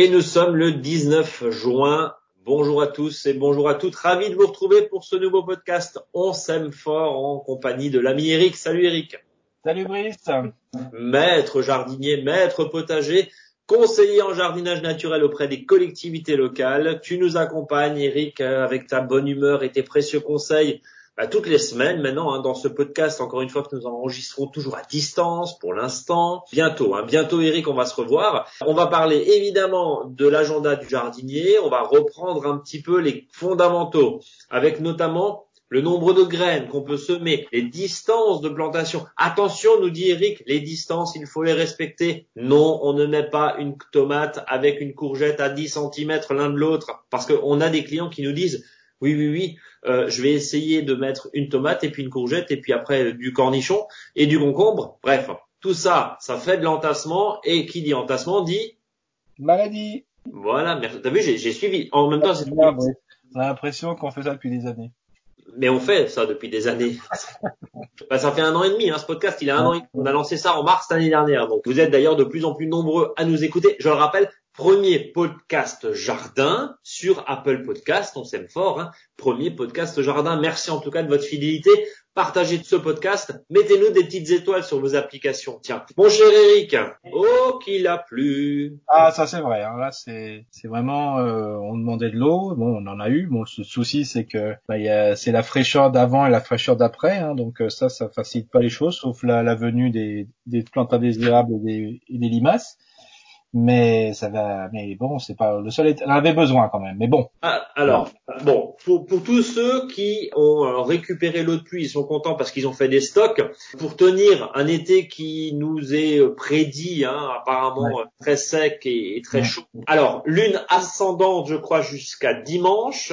Et nous sommes le 19 juin. Bonjour à tous et bonjour à toutes. Ravi de vous retrouver pour ce nouveau podcast. On s'aime fort en compagnie de l'ami Eric. Salut Eric. Salut Brice. Maître jardinier, maître potager, conseiller en jardinage naturel auprès des collectivités locales. Tu nous accompagnes Eric avec ta bonne humeur et tes précieux conseils toutes les semaines maintenant dans ce podcast, encore une fois que nous enregistrons toujours à distance pour l'instant. Bientôt Eric, on va se revoir. On va parler évidemment de l'agenda du jardinier, on va reprendre un petit peu les fondamentaux avec notamment le nombre de graines qu'on peut semer, les distances de plantation. Attention, nous dit Eric, les distances, il faut les respecter. Non, on ne met pas une tomate avec une courgette à 10 cm l'un de l'autre parce qu'on a des clients qui nous disent oui, je vais essayer de mettre une tomate et puis une courgette et puis après du cornichon et du concombre. Bref, tout ça, ça fait de l'entassement et qui dit entassement dit maladie. Voilà, merci. T'as vu, j'ai suivi. En même temps, c'est On a l'impression qu'on fait ça depuis des années. Mais on fait ça depuis des années. Ça fait 1 an et demi, ce podcast, il a 1 an et demi. On a lancé ça en mars l'année dernière. Donc, vous êtes d'ailleurs de plus en plus nombreux à nous écouter. Je le rappelle, premier podcast jardin sur Apple Podcast. On s'aime fort, Premier podcast jardin. Merci en tout cas de votre fidélité. Partagez ce podcast. Mettez-nous des petites étoiles sur vos applications. Tiens, mon cher Eric, oh qu'il a plu. Ah, ça c'est vrai. Là, c'est vraiment. On demandait de l'eau. Bon, on en a eu. Bon, le souci c'est que c'est la fraîcheur d'avant et la fraîcheur d'après. Donc ça facilite pas les choses, sauf la venue des plantes indésirables et des limaces. Mais ça va. Mais bon, c'est pas le sol. On avait besoin quand même. Mais bon. Alors, pour tous ceux qui ont récupéré l'eau de pluie, ils sont contents parce qu'ils ont fait des stocks pour tenir un été qui nous est prédit, apparemment très sec et très chaud. Alors, lune ascendante, je crois, jusqu'à dimanche.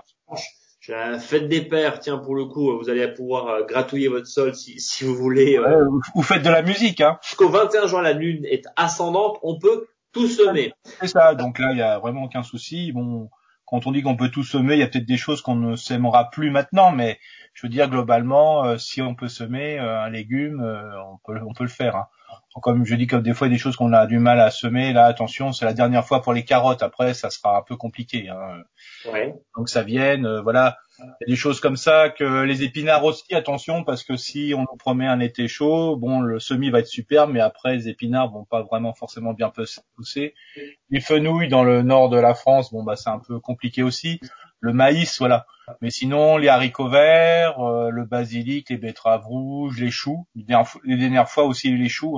J'ai la fête des pères, tiens, pour le coup, vous allez pouvoir gratouiller votre sol si vous voulez. Vous faites de la musique, Jusqu'au 21 juin, la lune est ascendante, on peut tout semer. C'est ça, donc là, il y a vraiment aucun souci. Bon, quand on dit qu'on peut tout semer, il y a peut-être des choses qu'on ne sèmera plus maintenant, mais je veux dire, globalement, si on peut semer un légume, on peut le faire. Comme je dis, comme des fois, il y a des choses qu'on a du mal à semer, là, attention, c'est la dernière fois pour les carottes, après, ça sera un peu compliqué. Ouais. Donc ça vienne, voilà. Il y a des choses comme ça, que les épinards aussi, attention, parce que si on nous promet un été chaud, bon, le semis va être super, mais après, les épinards vont pas vraiment forcément bien pousser. Les fenouils dans le nord de la France, c'est un peu compliqué aussi. Le maïs, voilà. Mais sinon, les haricots verts, le basilic, les betteraves rouges, les choux. Les dernières fois aussi les choux,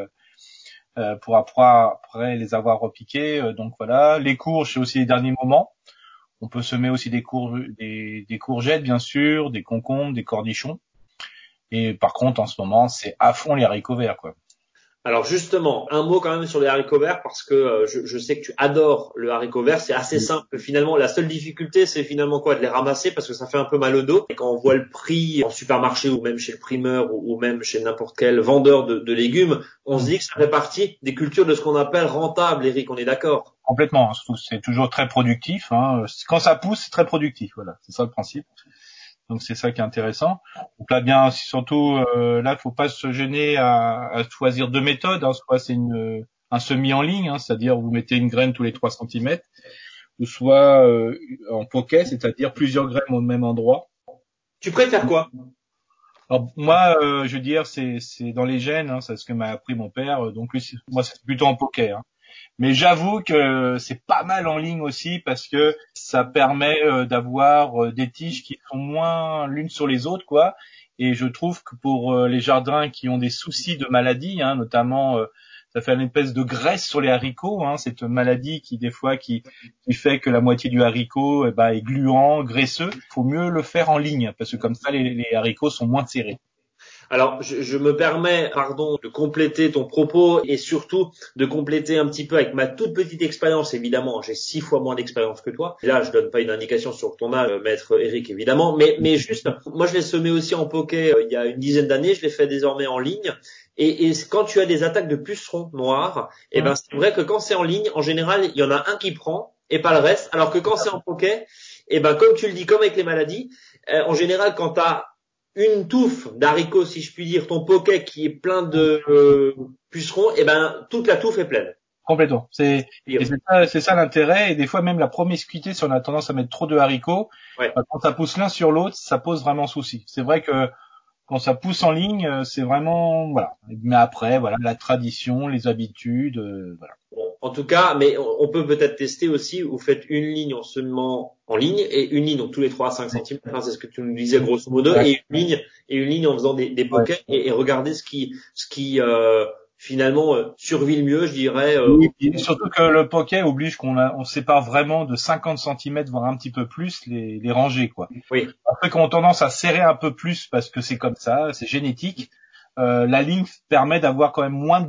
pour après les avoir repiqués. Donc voilà. Les courges, c'est aussi les derniers moments. On peut semer aussi des courgettes, bien sûr, des concombres, des cornichons. Et par contre, en ce moment, c'est à fond les haricots verts, quoi. Alors justement, un mot quand même sur les haricots verts parce que je sais que tu adores le haricot vert. C'est assez simple. Finalement, la seule difficulté, c'est finalement quoi? De les ramasser parce que ça fait un peu mal au dos. Et quand on voit le prix en supermarché ou même chez le primeur ou même chez n'importe quel vendeur de légumes, on se dit que ça fait partie des cultures de ce qu'on appelle rentable, Eric. On est d'accord? Complètement. C'est toujours très productif. Quand ça pousse, c'est très productif. Voilà, c'est ça le principe. Donc c'est ça qui est intéressant. Donc là, bien surtout, là, faut pas se gêner à choisir deux méthodes. Soit c'est un semis en ligne, c'est-à-dire vous mettez une graine tous les 3 cm, ou soit en poquet, c'est-à-dire plusieurs graines au même endroit. Tu préfères quoi? Alors moi, je veux dire, c'est dans les gènes, c'est ce que m'a appris mon père. Donc lui, moi, c'est plutôt en poquet. Mais j'avoue que c'est pas mal en ligne aussi parce que ça permet d'avoir des tiges qui sont moins l'une sur les autres, quoi. Et je trouve que pour les jardins qui ont des soucis de maladie, notamment ça fait une espèce de graisse sur les haricots, cette maladie qui des fois qui fait que la moitié du haricot est gluant, graisseux. Il faut mieux le faire en ligne parce que comme ça les haricots sont moins serrés. Alors, je me permets, de compléter ton propos et surtout de compléter un petit peu avec ma toute petite expérience, évidemment. J'ai 6 fois moins d'expérience que toi. Et là, je donne pas une indication sur ton âge, maître Eric, évidemment. Mais juste, moi, je l'ai semé aussi en poquet il y a une dizaine d'années. Je l'ai fait désormais en ligne. Et quand tu as des attaques de pucerons noirs, c'est vrai que quand c'est en ligne, en général, il y en a un qui prend et pas le reste. Alors que quand c'est en poquet, comme tu le dis, comme avec les maladies, en général, quand tu as une touffe d'haricots, si je puis dire, ton poquet qui est plein de pucerons, toute la touffe est pleine. Complètement. C'est ça l'intérêt. Et des fois, même la promiscuité, si on a tendance à mettre trop de haricots, Ouais. quand ça pousse l'un sur l'autre, ça pose vraiment souci. C'est vrai que quand ça pousse en ligne, c'est vraiment, voilà. Mais après, voilà, la tradition, les habitudes, voilà. Bon, en tout cas, mais on peut peut-être tester aussi. Vous faites une ligne en semant en ligne et une ligne donc tous les 3 à 5 cm. Enfin, c'est ce que tu nous disais grosso modo. Ouais. Et une ligne en faisant des pockets et regarder ce qui finalement survit le mieux, je dirais. Oui, et surtout que le pocket oblige on sépare vraiment de 50 centimètres, voire un petit peu plus, les rangées, quoi. Oui. Après, qu'on a tendance à serrer un peu plus parce que c'est comme ça, c'est génétique, la ligne permet d'avoir quand même moins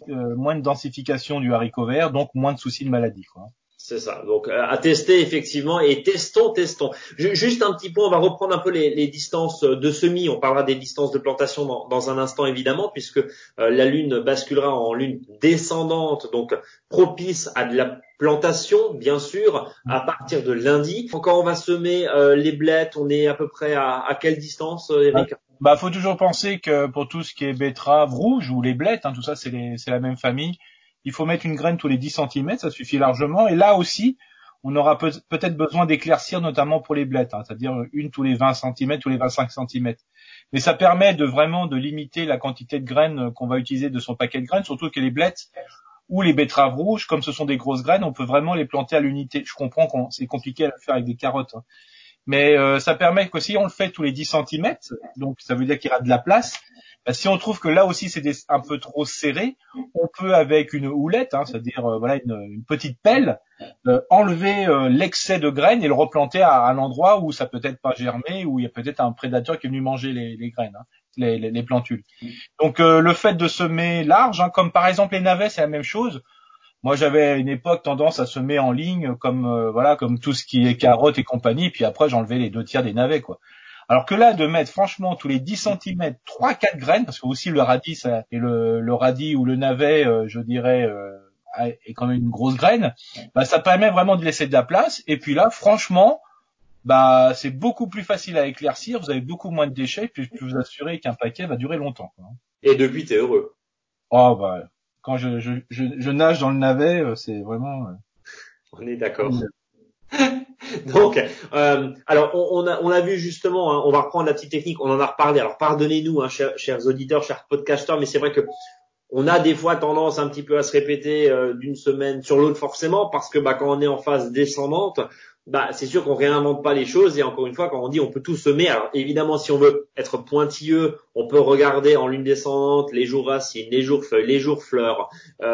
de densification du haricot vert, donc moins de soucis de maladie, quoi. C'est ça. Donc à tester effectivement et testons. Juste un petit point, on va reprendre un peu les distances de semis. On parlera des distances de plantation dans un instant évidemment, puisque la lune basculera en lune descendante, donc propice à de la plantation, bien sûr, à partir de lundi. Quand on va semer les blettes, on est à peu près à quelle distance, Eric? Faut toujours penser que pour tout ce qui est betterave rouge ou les blettes, tout ça c'est la même famille. Il faut mettre une graine tous les 10 centimètres, ça suffit largement. Et là aussi, on aura peut-être besoin d'éclaircir, notamment pour les blettes, c'est-à-dire une tous les 20 centimètres, tous les 25 centimètres. Mais ça permet de vraiment de limiter la quantité de graines qu'on va utiliser de son paquet de graines, surtout que les blettes ou les betteraves rouges, comme ce sont des grosses graines, on peut vraiment les planter à l'unité. Je comprends que c'est compliqué à le faire avec des carottes, mais ça permet que si on le fait tous les 10 centimètres, donc ça veut dire qu'il y aura de la place. Si on trouve que là aussi c'est un peu trop serré, on peut avec une houlette, c'est-à-dire voilà une petite pelle, enlever l'excès de graines et le replanter à un endroit où ça peut être pas germé, où il y a peut-être un prédateur qui est venu manger les graines, les plantules. Donc le fait de semer large, comme par exemple les navets, c'est la même chose. Moi, j'avais à une époque tendance à semer en ligne, comme tout ce qui est carottes et compagnie, puis après j'enlevais les 2 tiers des navets, quoi. Alors que là, de mettre franchement tous les 10 centimètres 3-4 graines, parce que aussi le radis et le radis ou le navet, je dirais, est quand même une grosse graine, ça permet vraiment de laisser de la place. Et puis là, franchement, c'est beaucoup plus facile à éclaircir, vous avez beaucoup moins de déchets, puis je peux vous assurer qu'un paquet va durer longtemps, quoi. Et depuis, t'es heureux. Oh quand je nage dans le navet, c'est vraiment. On est d'accord. Donc, alors on a vu justement, on va reprendre la petite technique, on en a reparlé. Alors pardonnez-nous, chers auditeurs, chers podcasteurs, mais c'est vrai que on a des fois tendance un petit peu à se répéter d'une semaine sur l'autre forcément, parce que quand on est en phase descendante, c'est sûr qu'on réinvente pas les choses. Et encore une fois, quand on dit on peut tout semer, alors évidemment si on veut être pointilleux, on peut regarder en lune descendante les jours racines, les jours feuilles, les jours fleurs,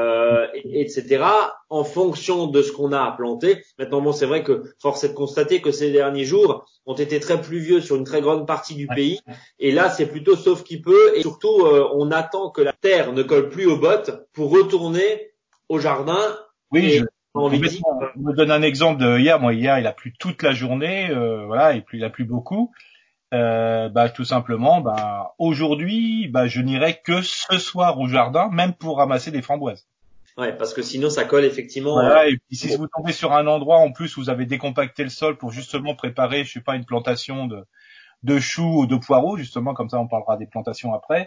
etc. en fonction de ce qu'on a à planter. Maintenant bon, c'est vrai que force est de constater que ces derniers jours ont été très pluvieux sur une très grande partie du pays. Et là, c'est plutôt sauf qui peut. Et surtout, on attend que la terre ne colle plus aux bottes pour retourner au jardin. Oui, Et je me donne un exemple de hier. Moi, hier, il a plu toute la journée, voilà, et puis il a plu beaucoup. Tout simplement, aujourd'hui, je n'irai que ce soir au jardin, même pour ramasser des framboises. Ouais, parce que sinon, ça colle effectivement. Voilà, et puis si vous tombez sur un endroit en plus où vous avez décompacté le sol pour justement préparer, je sais pas, une plantation de choux ou de poireaux, justement, comme ça on parlera des plantations après.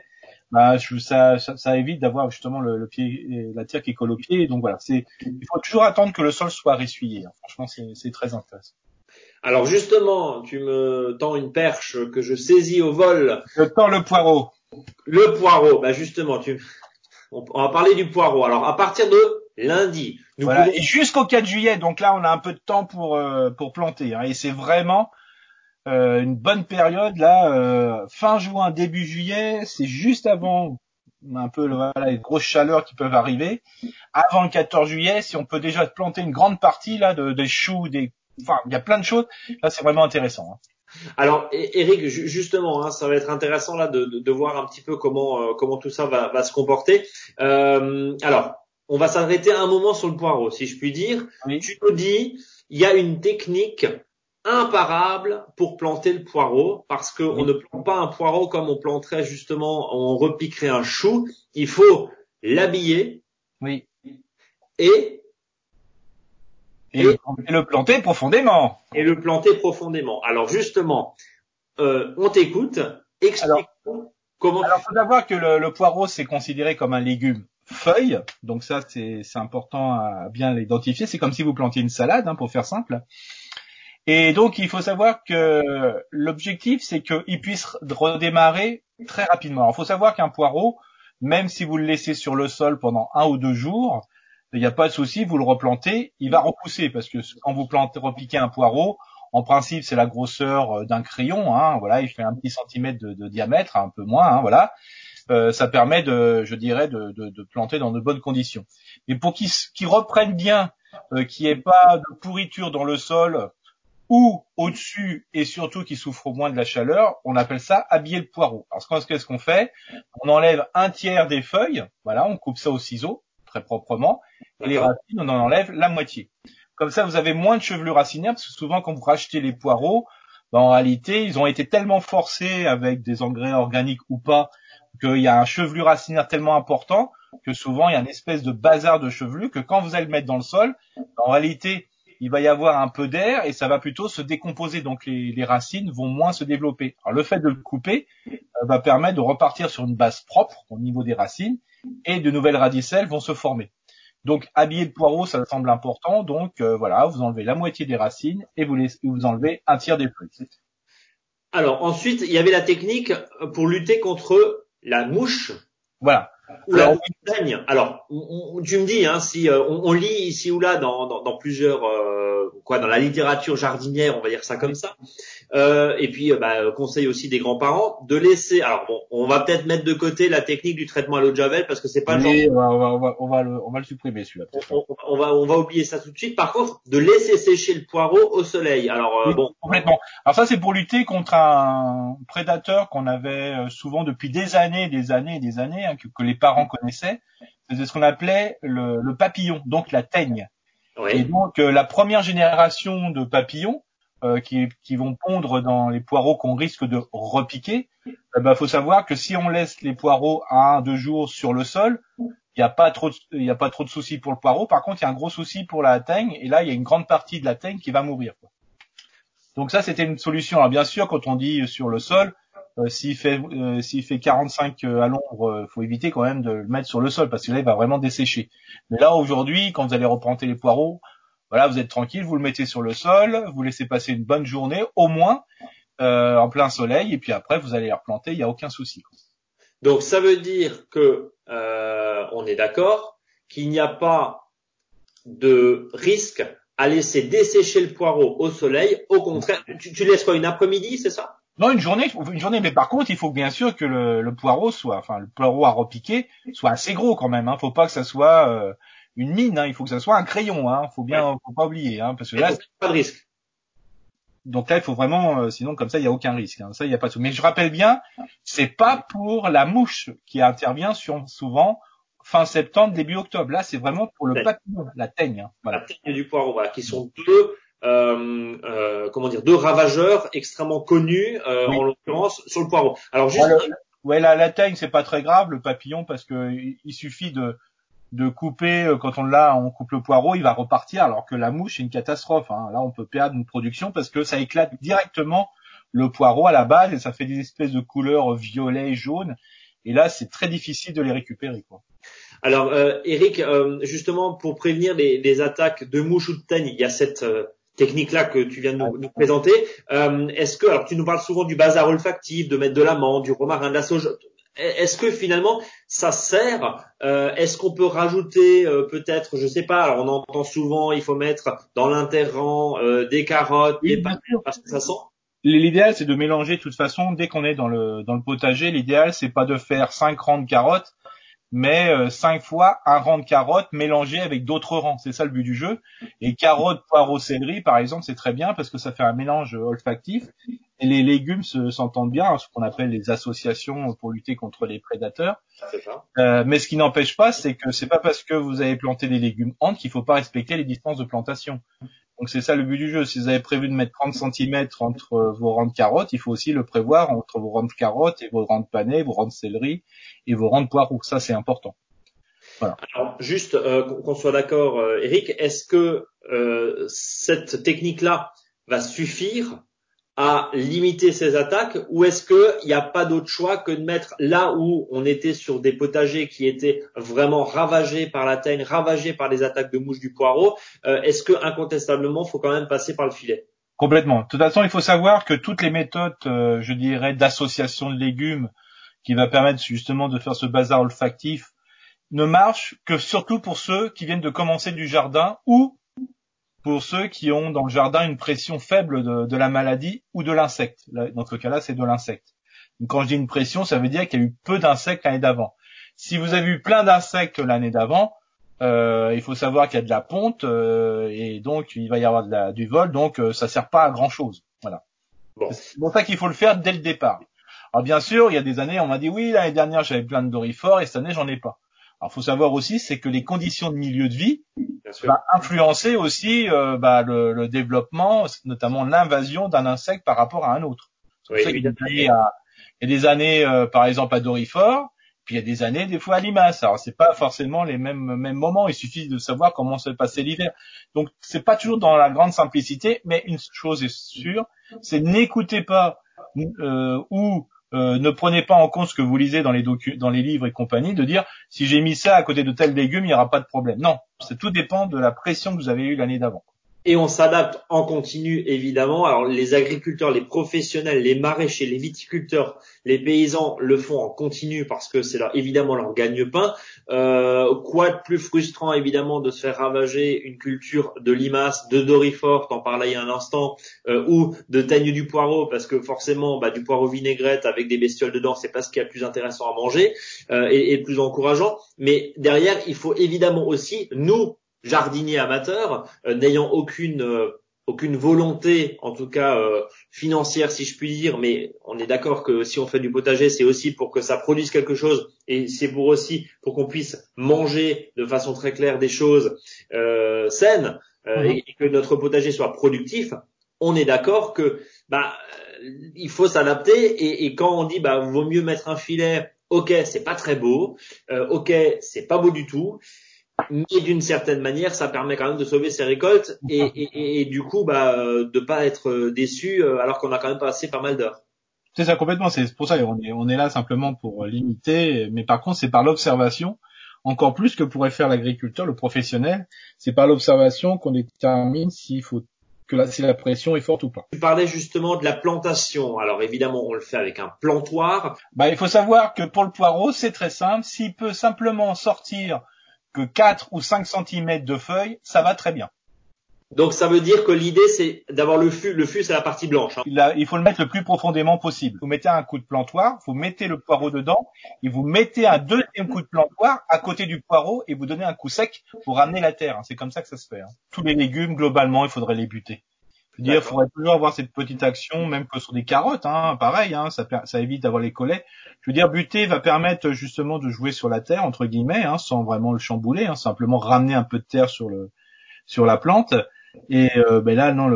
Ça évite d'avoir justement le pied, la terre qui colle au pied. Donc voilà, il faut toujours attendre que le sol soit ressuyé. Franchement, c'est très intéressant. Alors justement, tu me tends une perche que je saisis au vol. Je tends le poireau. Le poireau, justement, on va parler du poireau. Alors à partir de lundi, Et jusqu'au 4 juillet, donc là on a un peu de temps pour planter. Et c'est vraiment une bonne période là, fin juin, début juillet, c'est juste avant un peu les grosses chaleurs qui peuvent arriver. Avant le 14 juillet, si on peut déjà planter une grande partie là des choux, il y a plein de choses. Là, c'est vraiment intéressant. Alors, Eric, justement, ça va être intéressant là de voir un petit peu comment tout ça va se comporter. Alors, on va s'arrêter un moment sur le poireau, si je puis dire. Oui. Tu nous dis, il y a une technique imparable pour planter le poireau, parce que on ne plante pas un poireau comme on planterait justement, on repiquerait un chou. Il faut l'habiller. Oui. Et le planter profondément. Et le planter profondément. Alors justement, on t'écoute. Explique-nous comment. Alors, faut savoir que le poireau c'est considéré comme un légume feuilles. Donc ça, c'est important à bien l'identifier. C'est comme si vous plantiez une salade, pour faire simple. Et donc, il faut savoir que l'objectif, c'est qu'il puisse redémarrer très rapidement. Alors, il faut savoir qu'un poireau, même si vous le laissez sur le sol pendant 1 ou 2 jours, il n'y a pas de souci, vous le replantez, il va repousser parce que quand vous repiquez un poireau, en principe, c'est la grosseur d'un crayon, voilà, il fait un petit centimètre de diamètre, un peu moins, voilà. Ça permet de planter dans de bonnes conditions. Mais pour qu'il reprenne bien, qu'il n'y ait pas de pourriture dans le sol, ou au-dessus et surtout qui souffre moins de la chaleur, on appelle ça habiller le poireau. Alors qu'est-ce qu'on fait? On enlève 1/3 des feuilles, voilà, on coupe ça au ciseau, très proprement, et les racines, on en enlève la moitié. Comme ça, vous avez moins de chevelure racinaire, parce que souvent quand vous rachetez les poireaux, en réalité, ils ont été tellement forcés avec des engrais organiques ou pas, qu'il y a un chevelu racinaire tellement important que souvent il y a une espèce de bazar de chevelu que quand vous allez le mettre dans le sol, en réalité, il va y avoir un peu d'air et ça va plutôt se décomposer, donc les racines vont moins se développer. Alors le fait de le couper va permettre de repartir sur une base propre au niveau des racines et de nouvelles radicelles vont se former. Donc habiller le poireau, ça semble important, donc voilà, vous enlevez la moitié des racines et vous enlevez 1/3 des feuilles. Alors ensuite, il y avait la technique pour lutter contre la mouche. Voilà. Ou la teigne. Alors, tu me dis, si on lit ici ou là dans plusieurs, dans la littérature jardinière, on va dire ça comme ça. Et puis, conseil aussi des grands-parents de laisser. Alors bon, on va peut-être mettre de côté la technique du traitement à l'eau de javel parce que c'est pas le genre. On va le supprimer celui-là. On va oublier ça tout de suite. Par contre, de laisser sécher le poireau au soleil. Alors oui, complètement. Alors ça, c'est pour lutter contre un prédateur qu'on avait souvent depuis des années, que les parents connaissaient. C'est ce qu'on appelait le papillon, donc la teigne. Oui. Et donc la première génération de papillons qui vont pondre dans les poireaux qu'on risque de repiquer, faut savoir que si on laisse les poireaux 1-2 jours sur le sol, il n'y a pas trop de soucis pour le poireau. Par contre, il y a un gros souci pour la teigne, et là, il y a une grande partie de la teigne qui va mourir. Donc ça, c'était une solution. Alors bien sûr, quand on dit sur le sol, s'il fait 45 à l'ombre, faut éviter quand même de le mettre sur le sol parce que là, il va vraiment dessécher. Mais là, aujourd'hui, quand vous allez replanter les poireaux, voilà, vous êtes tranquille, vous le mettez sur le sol, vous laissez passer une bonne journée, au moins en plein soleil, et puis après, vous allez les replanter, il n'y a aucun souci. Donc ça veut dire que on est d'accord qu'il n'y a pas de risque à laisser dessécher le poireau au soleil. Au contraire, tu laisses quoi, une après-midi, c'est ça? Non, une journée, mais par contre, il faut bien sûr que le poireau le poireau à repiquer soit assez gros quand même. Faut pas que ça soit une mine. Il faut que ça soit un crayon. Faut pas oublier. Parce que là, pas de risque. Donc là, il faut vraiment, sinon comme ça, il y a aucun risque. Ça, il y a pas de. Mais je rappelle bien, c'est pas pour la mouche qui intervient souvent fin septembre, début octobre. Là, c'est vraiment pour le papillon, la teigne. Voilà. La teigne du poireau, qui sont deux ravageurs extrêmement connus en l'occurrence sur le poireau. Alors juste la teigne, c'est pas très grave, le papillon, parce que il suffit de couper, quand on coupe le poireau, il va repartir, alors que la mouche, c'est une catastrophe. Là, on peut perdre une production parce que ça éclate directement le poireau à la base et ça fait des espèces de couleurs violet, jaune. Et là, c'est très difficile de les récupérer, quoi. Alors, Eric, justement, pour prévenir les attaques de mouches ou de teigne, il y a cette technique-là que tu viens de nous présenter. Alors tu nous parles souvent du bazar olfactif, de mettre de l'amande, du romarin, de la sauge. Est-ce que finalement ça sert? Est-ce qu'on peut rajouter peut-être, je sais pas, alors on entend souvent il faut mettre dans l'interrang des carottes, des pâtes parce que ça sent. L'idéal c'est de mélanger de toute façon dès qu'on est dans le potager. L'idéal c'est pas de faire 5 rangs de carottes, mais 5 fois un rang de carottes mélangé avec d'autres rangs. C'est ça le but du jeu. Et carottes, poireaux, céleri, par exemple, c'est très bien parce que ça fait un mélange olfactif. Et les légumes s'entendent bien, ce qu'on appelle les associations pour lutter contre les prédateurs. Mais ce qui n'empêche pas, c'est que c'est pas parce que vous avez planté des légumes entiers qu'il faut pas respecter les distances de plantation. Donc c'est ça le but du jeu. Si vous avez prévu de mettre 30 cm entre vos rangs de carottes, il faut aussi le prévoir entre vos rangs de carottes et vos rangs de panais, vos rangs de céleri et vos rangs de poireaux. Ça, c'est important. Voilà. Alors, juste qu'on soit d'accord, Eric, est-ce que cette technique-là va suffire à limiter ces attaques, ou est-ce qu'il n'y a pas d'autre choix que de mettre là où on était sur des potagers qui étaient vraiment ravagés par la teigne, ravagés par les attaques de mouches du poireau, est-ce que incontestablement, faut quand même passer par le filet? Complètement. De toute façon, il faut savoir que toutes les méthodes, je dirais, d'association de légumes qui va permettre justement de faire ce bazar olfactif ne marchent que surtout pour ceux qui viennent de commencer du jardin ou pour ceux qui ont dans le jardin une pression faible de la maladie ou de l'insecte. Dans ce cas-là, c'est de l'insecte. Donc, quand je dis une pression, ça veut dire qu'il y a eu peu d'insectes l'année d'avant. Si vous avez eu plein d'insectes l'année d'avant, il faut savoir qu'il y a de la ponte et donc il va y avoir du vol, donc ça sert pas à grand chose. Voilà. Bon. C'est pour ça qu'il faut le faire dès le départ. Alors bien sûr, il y a des années, on m'a dit oui, l'année dernière j'avais plein de doryphores et cette année j'en ai pas. Alors faut savoir aussi, c'est que les conditions de milieu de vie va influencer aussi le développement, notamment l'invasion d'un insecte par rapport à un autre. C'est pour ça qu'il y a des années, par exemple à doryphores, puis il y a des années, des fois à limaces. Alors c'est pas forcément les mêmes moments. Il suffit de savoir comment s'est passé l'hiver. Donc c'est pas toujours dans la grande simplicité, mais une chose est sûre, c'est n'écoutez pas ne prenez pas en compte ce que vous lisez dans les livres et compagnie, de dire si j'ai mis ça à côté de tel légume, il n'y aura pas de problème. Non, tout dépend de la pression que vous avez eue l'année d'avant. Et on s'adapte en continu, évidemment. Alors, les agriculteurs, les professionnels, les maraîchers, les viticulteurs, les paysans le font en continu parce que c'est évidemment leur gagne-pain. Quoi de plus frustrant, évidemment, de se faire ravager une culture de limaces, de doryphores, t'en parlais il y a un instant, ou de teigne du poireau, parce que forcément, du poireau vinaigrette avec des bestioles dedans, c'est pas ce qu'il y a de plus intéressant à manger et de plus encourageant. Mais derrière, il faut évidemment aussi, nous, jardinier amateur, n'ayant aucune volonté, en tout cas financière si je puis dire, mais on est d'accord que si on fait du potager, c'est aussi pour que ça produise quelque chose et c'est pour qu'on puisse manger de façon très claire des choses saines et que notre potager soit productif. On est d'accord que il faut s'adapter et quand on dit vaut mieux mettre un filet, ok c'est pas très beau, ok c'est pas beau du tout. Mais d'une certaine manière, ça permet quand même de sauver ses récoltes et du coup, de pas être déçu alors qu'on a quand même passé pas mal d'heures. C'est ça complètement. C'est pour ça on est là simplement pour limiter. Mais par contre, c'est par l'observation, encore plus que pourrait faire l'agriculteur, le professionnel. C'est par l'observation qu'on détermine si la pression est forte ou pas. Tu parlais justement de la plantation. Alors évidemment, on le fait avec un plantoir. Il faut savoir que pour le poireau, c'est très simple. S'il peut simplement sortir que 4 ou 5 centimètres de feuilles, ça va très bien. Donc ça veut dire que l'idée c'est d'avoir le fût. Le fût c'est la partie blanche. Il faut le mettre le plus profondément possible. Vous mettez un coup de plantoir, vous mettez le poireau dedans, et vous mettez un deuxième coup de plantoir à côté du poireau et vous donnez un coup sec pour ramener la terre. C'est comme ça que ça se fait. Tous les légumes, globalement, il faudrait les buter. Il faudrait toujours avoir cette petite action, même que sur des carottes, pareil, ça évite d'avoir les collets. Je veux dire, buter va permettre justement de jouer sur la terre, entre guillemets, sans vraiment le chambouler, simplement ramener un peu de terre sur la plante. Et là, non,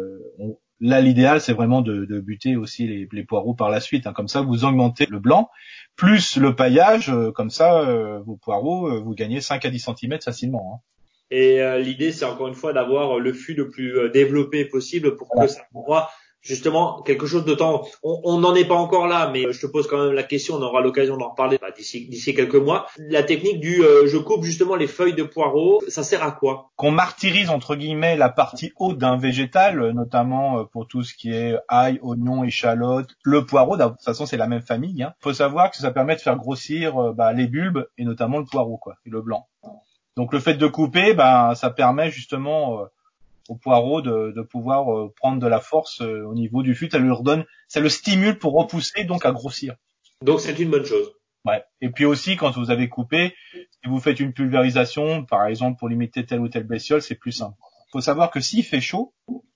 l'idéal, c'est vraiment de buter aussi les poireaux par la suite. Comme ça, vous augmentez le blanc, plus le paillage, comme ça, vos poireaux, vous gagnez 5 à 10 centimètres facilement. Et l'idée, c'est encore une fois d'avoir le fût le plus développé possible pour que ça pourra justement quelque chose de temps. On n'en est pas encore là, mais je te pose quand même la question. On aura l'occasion d'en reparler d'ici quelques mois. La technique du je coupe justement les feuilles de poireaux, ça sert à quoi? Qu'on martyrise entre guillemets la partie haute d'un végétal, notamment pour tout ce qui est ail, oignon, échalote, le poireau. De toute façon, c'est la même famille. Faut savoir que ça permet de faire grossir les bulbes et notamment le poireau, et le blanc. Donc le fait de couper, ça permet justement au poireau de pouvoir prendre de la force au niveau du fût. Ça le stimule pour repousser, donc à grossir. Donc c'est une bonne chose. Ouais. Et puis aussi, quand vous avez coupé, si vous faites une pulvérisation, par exemple pour limiter telle ou telle bestiole, c'est plus simple. Il faut savoir que s'il fait chaud,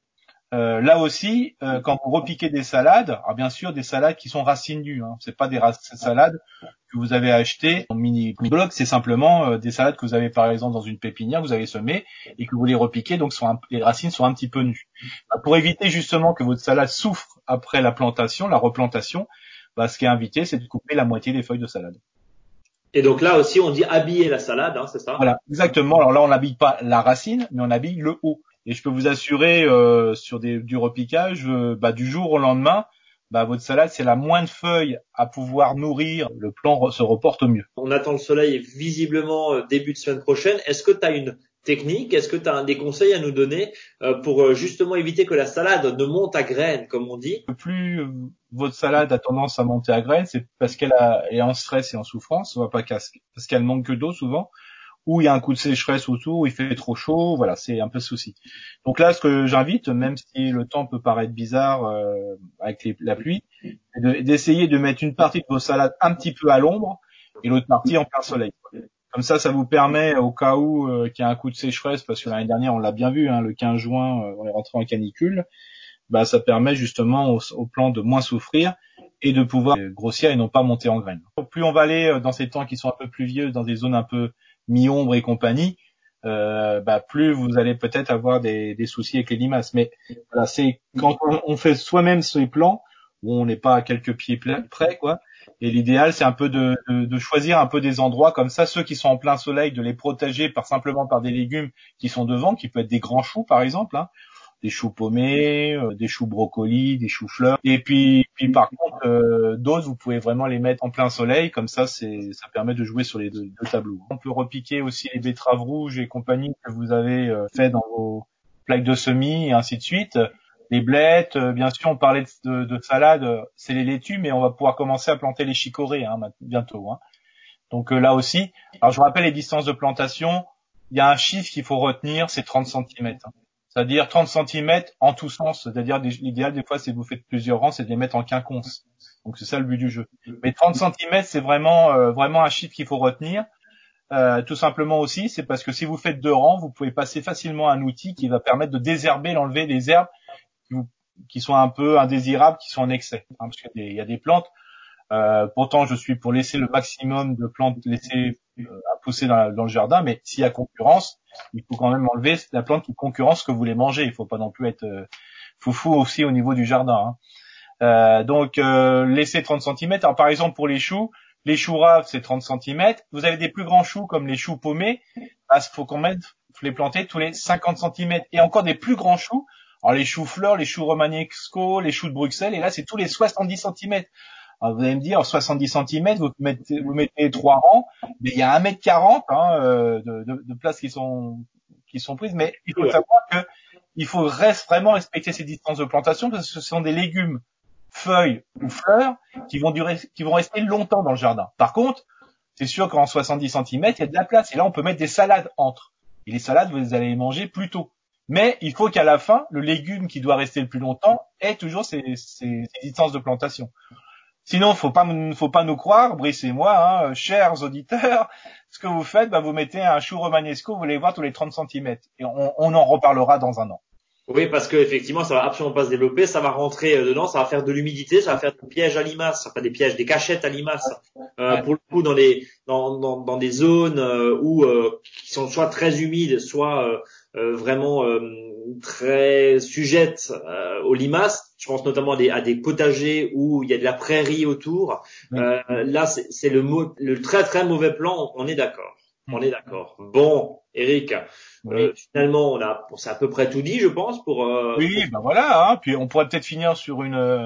là aussi, quand vous repiquez des salades, alors bien sûr des salades qui sont racines nues, c'est pas des salades que vous avez achetées en mini bloc, c'est simplement des salades que vous avez par exemple dans une pépinière, vous avez semé et que vous les repiquez, donc les racines sont un petit peu nues. Pour éviter justement que votre salade souffre après la plantation, la replantation, ce qui est invité, c'est de couper la moitié des feuilles de salade. Et donc là aussi, on dit habiller la salade, c'est ça? Voilà, exactement. Alors là, on n'habille pas la racine, mais on habille le haut. Et je peux vous assurer sur du repiquage, du jour au lendemain, votre salade, c'est la moindre feuille à pouvoir nourrir, le plant se reporte au mieux. On attend le soleil visiblement début de semaine prochaine. Est-ce que tu as une technique? Est-ce que tu as des conseils à nous donner pour justement éviter que la salade ne monte à graines, comme on dit? Plus votre salade a tendance à monter à graines, c'est parce qu'elle est en stress et en souffrance, parce qu'elle manque d'eau souvent, ou il y a un coup de sécheresse autour, où il fait trop chaud, voilà, c'est un peu ce souci. Donc là, ce que j'invite, même si le temps peut paraître bizarre avec la pluie, c'est d'essayer de mettre une partie de vos salades un petit peu à l'ombre et l'autre partie en plein soleil. Comme ça vous permet, au cas où qu'il y a un coup de sécheresse, parce que l'année dernière, on l'a bien vu, le 15 juin, on est rentré en canicule, ça permet justement aux plantes de moins souffrir et de pouvoir grossir et non pas monter en graines. Plus on va aller dans ces temps qui sont un peu pluvieux, dans des zones un peu mi-ombre et compagnie, plus vous allez peut-être avoir des soucis avec les limaces. Mais voilà, c'est quand on fait soi-même ces plans, où on n'est pas à quelques pieds près, quoi. Et l'idéal, c'est un peu de choisir un peu des endroits comme ça, ceux qui sont en plein soleil, de les protéger simplement par des légumes qui sont devant, qui peuvent être des grands choux par exemple, des choux paumés, des choux brocolis, des choux fleurs. Et puis par contre, d'autres, vous pouvez vraiment les mettre en plein soleil, comme ça permet de jouer sur les deux tableaux. On peut repiquer aussi les betteraves rouges et compagnie que vous avez fait dans vos plaques de semis et ainsi de suite. Les blettes, bien sûr, on parlait de salade, c'est les laitues, mais on va pouvoir commencer à planter les chicorées bientôt. Donc là aussi, alors je vous rappelle les distances de plantation, il y a un chiffre qu'il faut retenir, c'est 30 cm. C'est-à-dire 30 cm en tous sens. C'est-à-dire l'idéal des fois, c'est que vous faites plusieurs rangs, c'est de les mettre en quinconce. Donc c'est ça le but du jeu. Mais 30 cm, c'est vraiment un chiffre qu'il faut retenir. Tout simplement aussi, c'est parce que si vous faites 2 rangs, vous pouvez passer facilement un outil qui va permettre de désherber, d'enlever des herbes qui sont un peu indésirables, qui sont en excès. Parce qu'il y a des plantes. Pourtant, je suis pour laisser le maximum de plantes laisser à pousser dans le jardin, mais s'il y a concurrence, il faut quand même enlever la plante qui concurrence que vous voulez manger. Il faut pas non plus être foufou aussi au niveau du jardin. Donc, laisser 30 cm. Alors, par exemple, pour les choux raves, c'est 30 cm. Vous avez des plus grands choux comme les choux paumés. Faut les planter tous les 50 cm. Et encore des plus grands choux. Alors, les choux fleurs, les choux romanesco, les choux de Bruxelles. Et là, c'est tous les 70 cm. Alors vous allez me dire, 70 cm, vous mettez 3 rangs, mais il y a 1m40 de places qui sont prises. Mais il faut savoir que il faut vraiment respecter ces distances de plantation parce que ce sont des légumes, feuilles ou fleurs qui vont rester longtemps dans le jardin. Par contre, c'est sûr qu'en 70 cm, il y a de la place. Et là, on peut mettre des salades entre. Et les salades, vous allez les manger plus tôt. Mais il faut qu'à la fin, le légume qui doit rester le plus longtemps ait toujours ces distances de plantation. Sinon, faut pas nous croire, Brice et moi, chers auditeurs, ce que vous faites, vous mettez un chou romanesco, vous allez voir tous les 30 cm. Et on en reparlera dans un an. Oui, parce que effectivement, ça va absolument pas se développer, ça va rentrer dedans, ça va faire de l'humidité, ça va faire des pièges à limaces, enfin des pièges, des cachettes à limaces. Pour le coup, dans des zones qui sont soit très humides, soit vraiment très sujettes aux limaces. Je pense notamment à des potagers où il y a de la prairie autour. Oui. Là, c'est le très très mauvais plan. On est d'accord. On est d'accord. Bon, Eric. Oui. Finalement, c'est à peu près tout dit, je pense, Oui, voilà. Puis on pourrait peut-être finir sur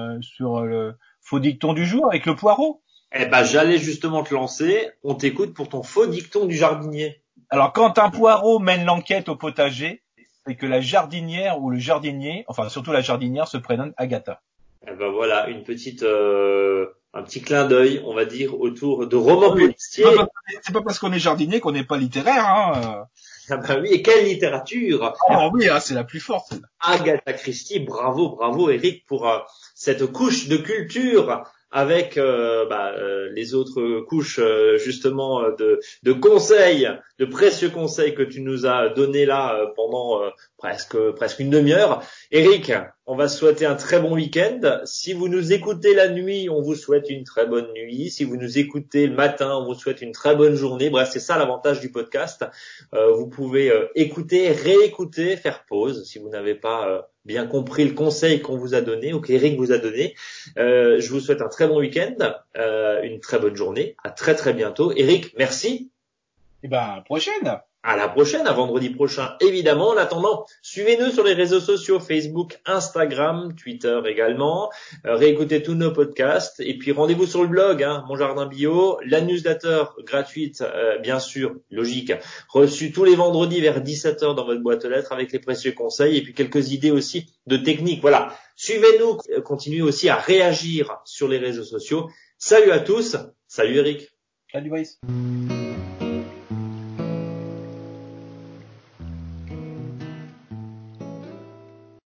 le faux dicton du jour avec le poireau. Eh ben, j'allais justement te lancer. On t'écoute pour ton faux dicton du jardinier. Alors, quand un poireau mène l'enquête au potager, c'est que la jardinière ou le jardinier, enfin surtout la jardinière, se prénomme Agatha. Eh ben voilà, un petit clin d'œil, on va dire, autour de romans policiers. C'est pas parce qu'on est jardinier qu'on n'est pas littéraire. Ah ben oui, et quelle littérature! Oh oui, c'est la plus forte. Agatha Christie, bravo Eric pour cette couche de culture avec les autres couches justement de conseils, de précieux conseils que tu nous as donnés là pendant presque une demi-heure. Eric, on va se souhaiter un très bon week-end. Si vous nous écoutez la nuit, on vous souhaite une très bonne nuit. Si vous nous écoutez le matin, on vous souhaite une très bonne journée. Bref, c'est ça l'avantage du podcast. Vous pouvez écouter, réécouter, faire pause si vous n'avez pas bien compris le conseil qu'on vous a donné ou qu'Eric vous a donné. Je vous souhaite un très bon week-end, une très bonne journée. À très très bientôt. Eric, merci. À la prochaine. À la prochaine, à vendredi prochain, évidemment. En attendant, suivez-nous sur les réseaux sociaux, Facebook, Instagram, Twitter également. Réécoutez tous nos podcasts. Et puis, rendez-vous sur le blog, Mon Jardin Bio. La newsletter gratuite, bien sûr, logique, reçue tous les vendredis vers 17h dans votre boîte aux lettres avec les précieux conseils et puis quelques idées aussi de techniques. Voilà. Suivez-nous. Continuez aussi à réagir sur les réseaux sociaux. Salut à tous. Salut Eric. Salut Brice.